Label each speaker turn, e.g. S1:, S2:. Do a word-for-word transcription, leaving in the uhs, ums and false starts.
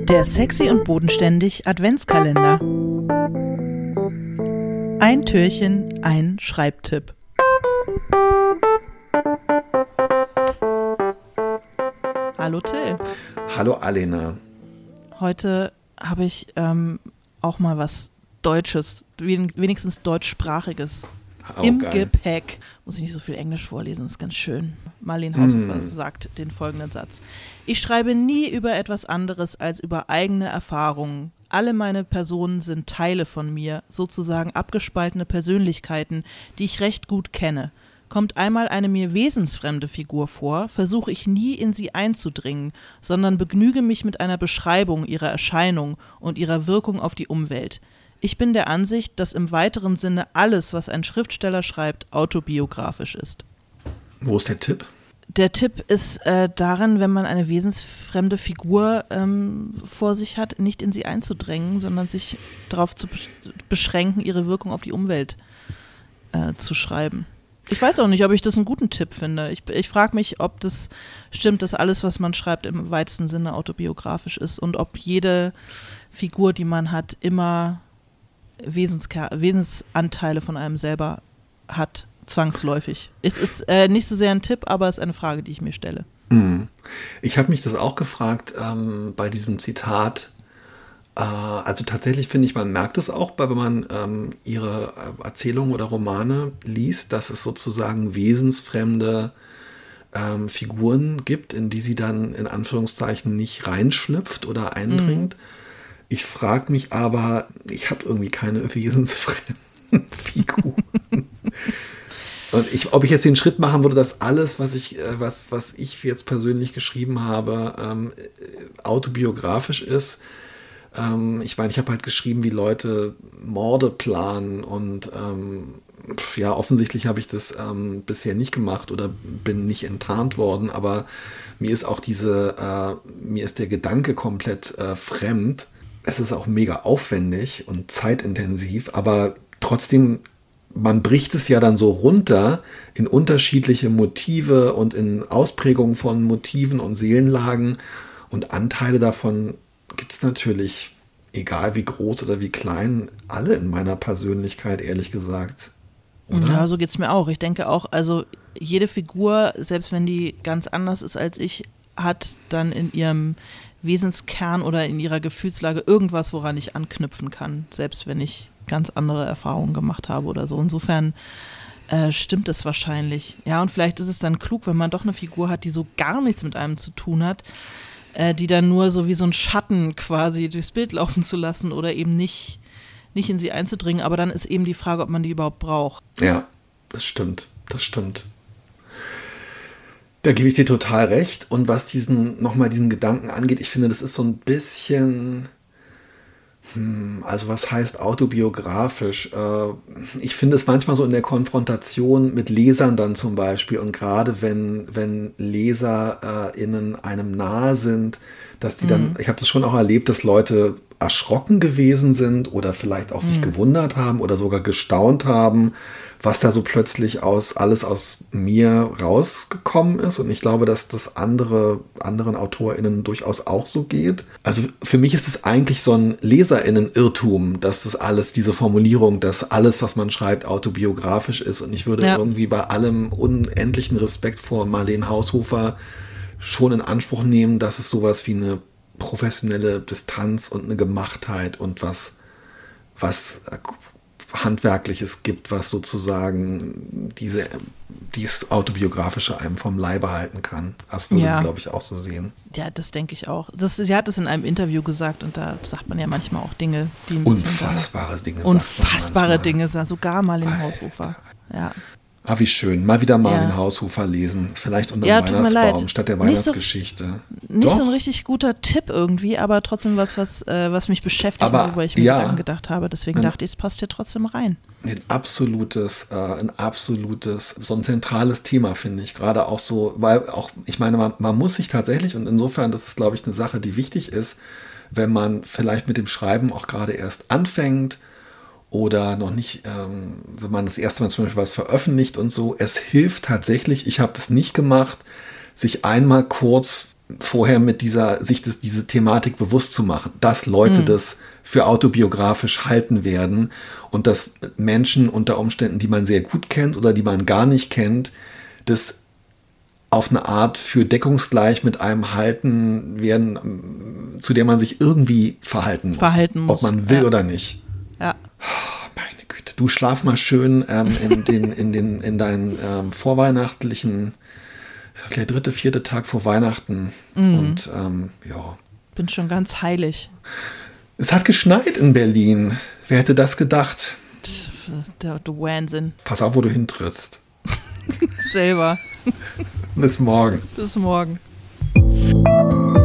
S1: Der Sexy und Bodenständig Adventskalender. Ein Türchen, ein Schreibtipp. Hallo Till.
S2: Hallo Alena.
S1: Heute habe ich ähm, auch mal was Deutsches, wenigstens deutschsprachiges
S2: Oh,
S1: im
S2: geil.
S1: Gepäck. Muss ich nicht so viel Englisch vorlesen, ist ganz schön. Marlene Haushofer mm. sagt den folgenden Satz. Ich schreibe nie über etwas anderes als über eigene Erfahrungen. Alle meine Personen sind Teile von mir, sozusagen abgespaltene Persönlichkeiten, die ich recht gut kenne. Kommt einmal eine mir wesensfremde Figur vor, versuche ich nie in sie einzudringen, sondern begnüge mich mit einer Beschreibung ihrer Erscheinung und ihrer Wirkung auf die Umwelt. Ich bin der Ansicht, dass im weiteren Sinne alles, was ein Schriftsteller schreibt, autobiografisch ist.
S2: Wo ist der Tipp?
S1: Der Tipp ist äh, darin, wenn man eine wesensfremde Figur ähm, vor sich hat, nicht in sie einzudrängen, sondern sich darauf zu beschränken, ihre Wirkung auf die Umwelt äh, zu schreiben. Ich weiß auch nicht, ob ich das einen guten Tipp finde. Ich, ich frage mich, ob das stimmt, dass alles, was man schreibt, im weitesten Sinne autobiografisch ist und ob jede Figur, die man hat, immer Wesensker- Wesensanteile von einem selber hat, zwangsläufig. Es ist äh, nicht so sehr ein Tipp, aber es ist eine Frage, die ich mir stelle.
S2: Ich habe mich das auch gefragt ähm, bei diesem Zitat. Äh, also tatsächlich finde ich, man merkt es auch, wenn man ähm, ihre Erzählungen oder Romane liest, dass es sozusagen wesensfremde ähm, Figuren gibt, in die sie dann in Anführungszeichen nicht reinschlüpft oder eindringt. Mhm. Ich frage mich aber, ich habe irgendwie keine wesensfremden Figuren. Und ich, ob ich jetzt den Schritt machen würde, dass alles, was ich, was, was ich jetzt persönlich geschrieben habe, ähm, autobiografisch ist. Ähm, ich meine, ich habe halt geschrieben, wie Leute Morde planen und ähm, ja, offensichtlich habe ich das ähm, bisher nicht gemacht oder bin nicht enttarnt worden, aber mir ist auch diese, äh, mir ist der Gedanke komplett äh, fremd. Es ist auch mega aufwendig und zeitintensiv, aber trotzdem, man bricht es ja dann so runter in unterschiedliche Motive und in Ausprägungen von Motiven und Seelenlagen und Anteile davon gibt es natürlich, egal wie groß oder wie klein, alle in meiner Persönlichkeit, ehrlich gesagt. Oder?
S1: Ja, so geht es mir auch. Ich denke auch, also jede Figur, selbst wenn die ganz anders ist als ich, hat dann in ihrem Wesenskern oder in ihrer Gefühlslage irgendwas, woran ich anknüpfen kann, selbst wenn ich ganz andere Erfahrungen gemacht habe oder so. Insofern äh, stimmt es wahrscheinlich. Ja, und vielleicht ist es dann klug, wenn man doch eine Figur hat, die so gar nichts mit einem zu tun hat, äh, die dann nur so wie so ein Schatten quasi durchs Bild laufen zu lassen oder eben nicht, nicht in sie einzudringen. Aber dann ist eben die Frage, ob man die überhaupt braucht.
S2: Ja, das stimmt, das stimmt. Da gebe ich dir total recht. Und was diesen, nochmal diesen Gedanken angeht, ich finde, das ist so ein bisschen, hm, also was heißt autobiografisch? Äh, ich finde es manchmal so in der Konfrontation mit Lesern dann zum Beispiel und gerade wenn, wenn LeserInnen einem nahe sind, dass die dann, mhm. ich habe das schon auch erlebt, dass Leute erschrocken gewesen sind oder vielleicht auch sich mhm. gewundert haben oder sogar gestaunt haben, was da so plötzlich aus alles aus mir rausgekommen ist. Und ich glaube, dass das andere, anderen AutorInnen durchaus auch so geht. Also für mich ist es eigentlich so ein LeserInnen-Irrtum, dass das alles, diese Formulierung, dass alles, was man schreibt, autobiografisch ist. Und ich würde ja. irgendwie bei allem unendlichen Respekt vor Marlene Haushofer schon in Anspruch nehmen, dass es sowas wie eine professionelle Distanz und eine Gemachtheit und was, was Handwerkliches gibt, was sozusagen diese, dieses Autobiografische einem vom Leibe halten kann. Das würde
S1: ja.
S2: sie, glaube ich, auch so sehen.
S1: Ja, das denke ich auch. Das, sie hat es in einem Interview gesagt und da sagt man ja manchmal auch Dinge, die ein
S2: Unfassbare
S1: bisschen
S2: Dinge.
S1: Unfassbare Dinge, sogar Marlene Haushofer. Ja.
S2: Ah, wie schön. Mal wieder Marlene
S1: ja.
S2: Haushofer lesen. Vielleicht unter
S1: ja,
S2: dem Weihnachtsbaum statt der Weihnachtsgeschichte.
S1: Nicht, so, nicht so ein richtig guter Tipp irgendwie, aber trotzdem was, was, äh, was mich beschäftigt, aber, worüber ich mir ja, Gedanken gedacht habe. Deswegen ein, dachte ich, es passt ja trotzdem rein.
S2: Ein absolutes, äh, ein absolutes, so ein zentrales Thema, finde ich. Gerade auch so, weil auch, ich meine, man, man muss sich tatsächlich, und insofern, das ist, glaube ich, eine Sache, die wichtig ist, wenn man vielleicht mit dem Schreiben auch gerade erst anfängt, oder noch nicht, ähm, wenn man das erste Mal zum Beispiel was veröffentlicht und so. Es hilft tatsächlich, ich habe das nicht gemacht, sich einmal kurz vorher mit dieser, sich das, diese Thematik bewusst zu machen, dass Leute mhm. das für autobiografisch halten werden und dass Menschen unter Umständen, die man sehr gut kennt oder die man gar nicht kennt, das auf eine Art für deckungsgleich mit einem halten werden, zu der man sich irgendwie verhalten muss.
S1: Verhalten muss.
S2: Ob man will
S1: ja.
S2: oder nicht.
S1: Ja.
S2: Oh, meine Güte. Du schlaf mal schön ähm, in, den, in, den, in deinen ähm, vorweihnachtlichen, der dritte, vierte Tag vor Weihnachten. Mhm. Und ähm, ja.
S1: Bin schon ganz heilig.
S2: Es hat geschneit in Berlin. Wer hätte das gedacht?
S1: Der, der Wahnsinn.
S2: Pass auf, wo du hintrittst.
S1: Selber.
S2: Bis morgen.
S1: Bis morgen.